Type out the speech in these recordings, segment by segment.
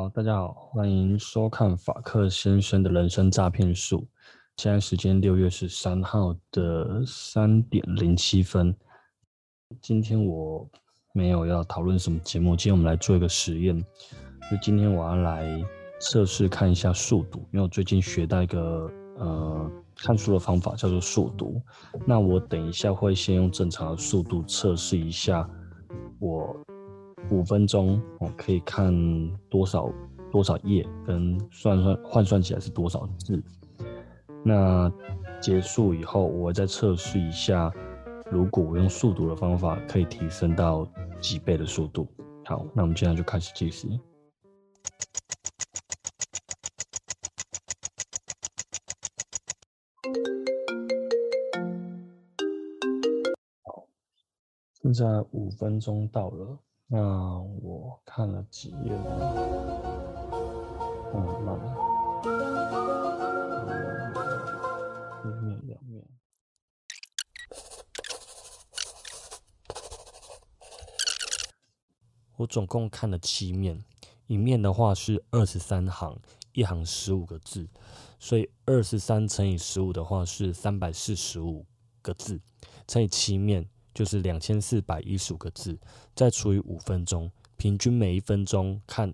好，大家好，欢迎收看法克先生的人生诈骗术。现在时间6月13号的3:07。今天我没有要讨论什么节目，今天我们来做一个实验。就今天我要来测试看一下速读，因为我最近学到一个看书的方法叫做速读。那我等一下会先用正常的速度测试一下我5分钟可以看多少页，跟换算起来是多少字。那结束以后，我再测试一下，如果我用速读的方法，可以提升到几倍的速度。好，那我们现在就开始计时。好，现在5分钟到了。那我看了几页呢？很慢。一面2面。我总共看了7面，一面的话是23行，一行15个字，所以23乘以15的话是345个字，乘以7面就是2415个字，再除以5分钟，平均每1分钟看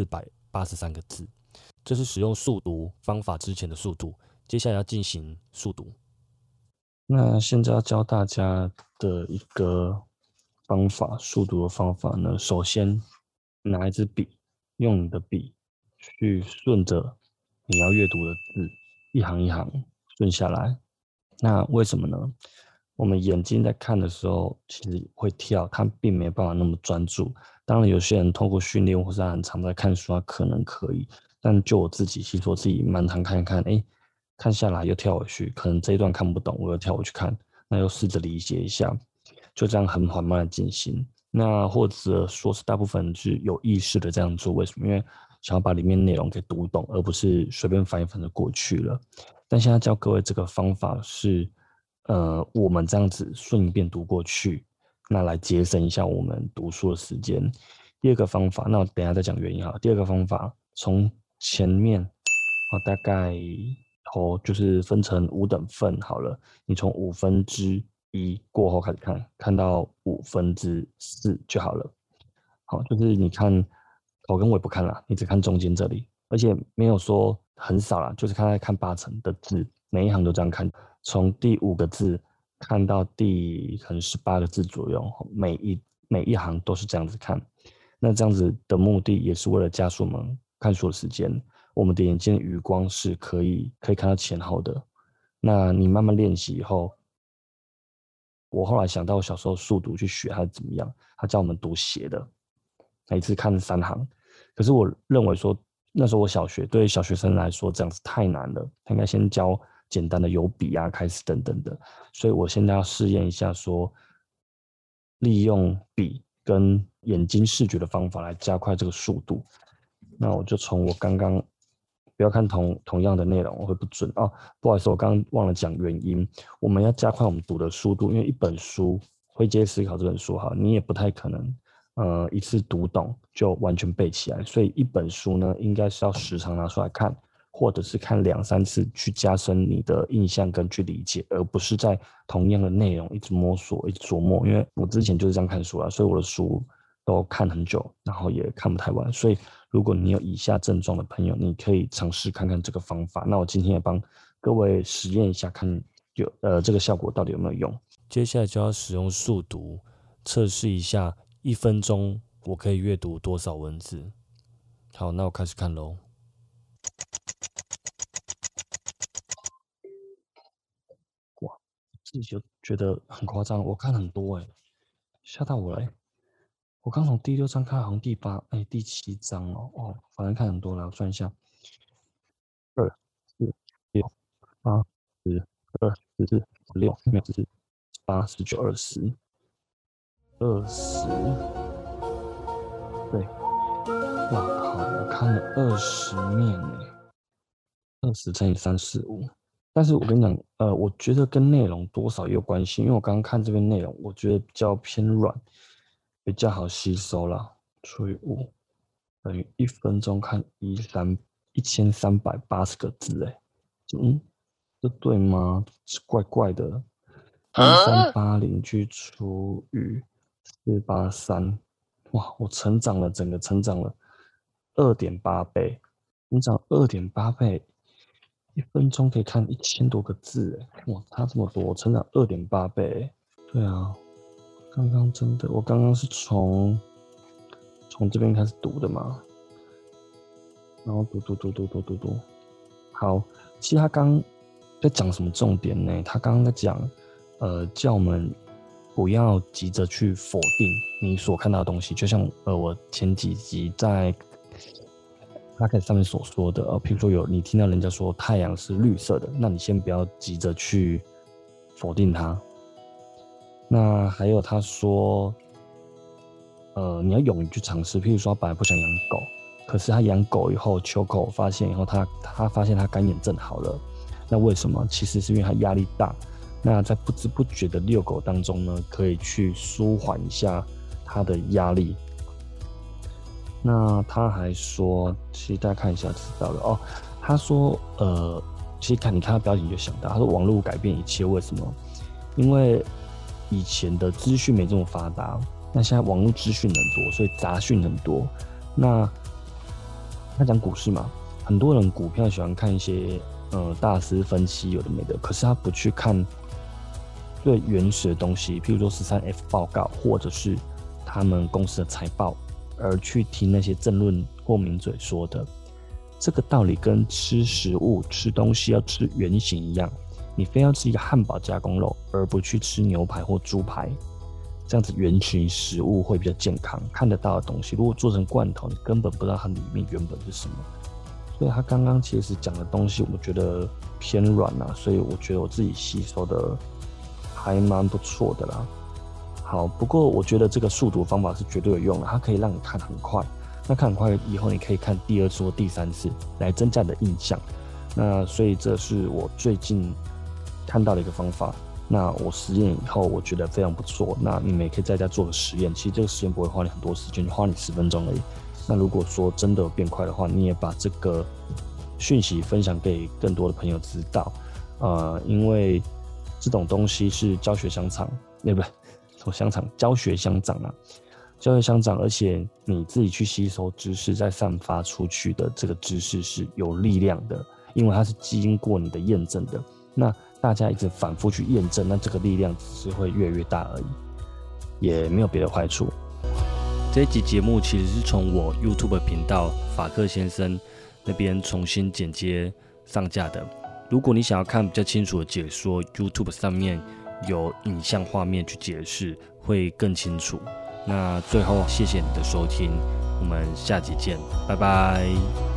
483个字。这是使用速读方法之前的速度，接下来要进行速读。那现在要教大家的一个方法，速读的方法呢，首先拿一支笔，用你的笔去顺着你要阅读的字，一行一行顺下来。那为什么呢？我们眼睛在看的时候，其实会跳，它并没办法那么专注。当然，有些人透过训练或是他很常在看书，他可能可以。但就我自己，其实我自己蛮常看一看，看下来又跳回去，可能这一段看不懂，我又跳回去看，那又试着理解一下，就这样很缓慢的进行。那或者说是大部分是有意识的这样做，为什么？因为想要把里面内容给读懂，而不是随便翻一翻就过去了。但现在教各位这个方法是，我们这样子顺便读过去，那来节省一下我们读书的时间。第二个方法，那我等一下再讲原因哈。第二个方法，从前面大概就是分成5等份好了，你从1/5过后开始看，看到4/5就好了。好，就是你看头跟尾不看啦，你只看中间这里，而且没有说很少啦，就是看8成的字，每一行都这样看，从第5个字看到第可能18个字左右，每一行都是这样子看。那这样子的目的也是为了加速我们看书的时间。我们的眼睛余光是可以看到前后的。那你慢慢练习以后，我后来想到我小时候速读去学它怎么样，他教我们读斜的，每次看3行。可是我认为说，那时候我小学对小学生来说这样子太难了，他应该先教简单的有笔啊开始等等的。所以我现在要试验一下说，利用笔跟眼睛视觉的方法来加快这个速度。那我就从我刚刚不要看同样的内容，我会不准哦。不好意思，我刚刚忘了讲原因。我们要加快我们读的速度，因为一本书《灰阶思考》这本书哈，你也不太可能一次读懂就完全背起来，所以一本书呢，应该是要时常拿出来看，或者是看2、3次去加深你的印象跟去理解，而不是在同样的内容一直摸索、一直琢磨。因为我之前就是这样看书啦，所以我的书都看很久，然后也看不太完。所以如果你有以下症状的朋友，你可以尝试看看这个方法。那我今天也帮各位实验一下，看这个效果到底有没有用。接下来就要使用速读测试一下1分钟我可以阅读多少文字。好，那我开始看咯。哇，自己就觉得很夸张，我看很多吓到我了我刚从第6章看好像第7章反正看很多了，我算一下，2、4、6、8、12、14、16、没有18、19、20，对，哇靠，我看了20面20乘以345。但是我跟你讲，我觉得跟内容多少也有关系，因为我刚刚看这边内容，我觉得比较偏软，比较好吸收啦，除以5。 等于1分钟看1380个字，这对吗？怪怪的。1380去除以483，哇，我整个成长了2.8倍，成长2.8倍，1分钟可以看1000多个字，哇，差这么多，我成长2.8倍，对啊，我刚刚是从这边开始读的嘛，然后读，好，其实他刚在讲什么重点呢？他刚刚在讲，叫我们不要急着去否定你所看到的东西，就像我前几集在 podcast 上面所说的，譬如说你听到人家说太阳是绿色的，那你先不要急着去否定它。那还有他说，你要勇于去尝试，譬如说他本来不想养狗。可是他养狗以后，求狗发现以后，他发现他干眼症好了。那为什么？其实是因为他压力大。那在不知不觉的遛狗当中呢，可以去舒缓一下他的压力。那他还说，其实大家看一下知道了哦。他说，其实你看他标题你就想到，他说网络改变一切，为什么？因为以前的资讯没这么发达，那现在网络资讯很多，所以杂讯很多。那他讲股市嘛，很多人股票喜欢看一些大师分析有的没的，可是他不去看最原始的东西，譬如说13F 报告或者是他们公司的财报，而去听那些政论或名嘴说的。这个道理跟吃食物、吃东西要吃原形一样，你非要吃一个汉堡加工肉，而不去吃牛排或猪排。这样子原型食物会比较健康，看得到的东西，如果做成罐头，你根本不知道它里面原本是什么。所以他刚刚其实讲的东西，我觉得偏软啊，所以我觉得我自己吸收的还蛮不错的啦。好，不过我觉得这个速读方法是绝对有用的，它可以让你看很快。那看很快以后，你可以看第2次或第3次，来增加你的印象。那所以这是我最近看到的一个方法。那我实验以后，我觉得非常不错。那你们也可以在家做个实验，其实这个实验不会花你很多时间，就花你10分钟而已。那如果说真的有变快的话，你也把这个讯息分享给更多的朋友知道。因为这种东西是教学相长，不是什么香肠，教学相长啊，教学相长，而且你自己去吸收知识，再散发出去的这个知识是有力量的，因为它是经过你的验证的。那大家一直反复去验证，那这个力量只是会越来越大而已，也没有别的坏处。这一集节目其实是从我 YouTube 频道法克先生那边重新剪接上架的。如果你想要看比较清楚的解说， YouTube 上面有影像画面去解释，会更清楚。那最后谢谢你的收听，我们下集见，拜拜。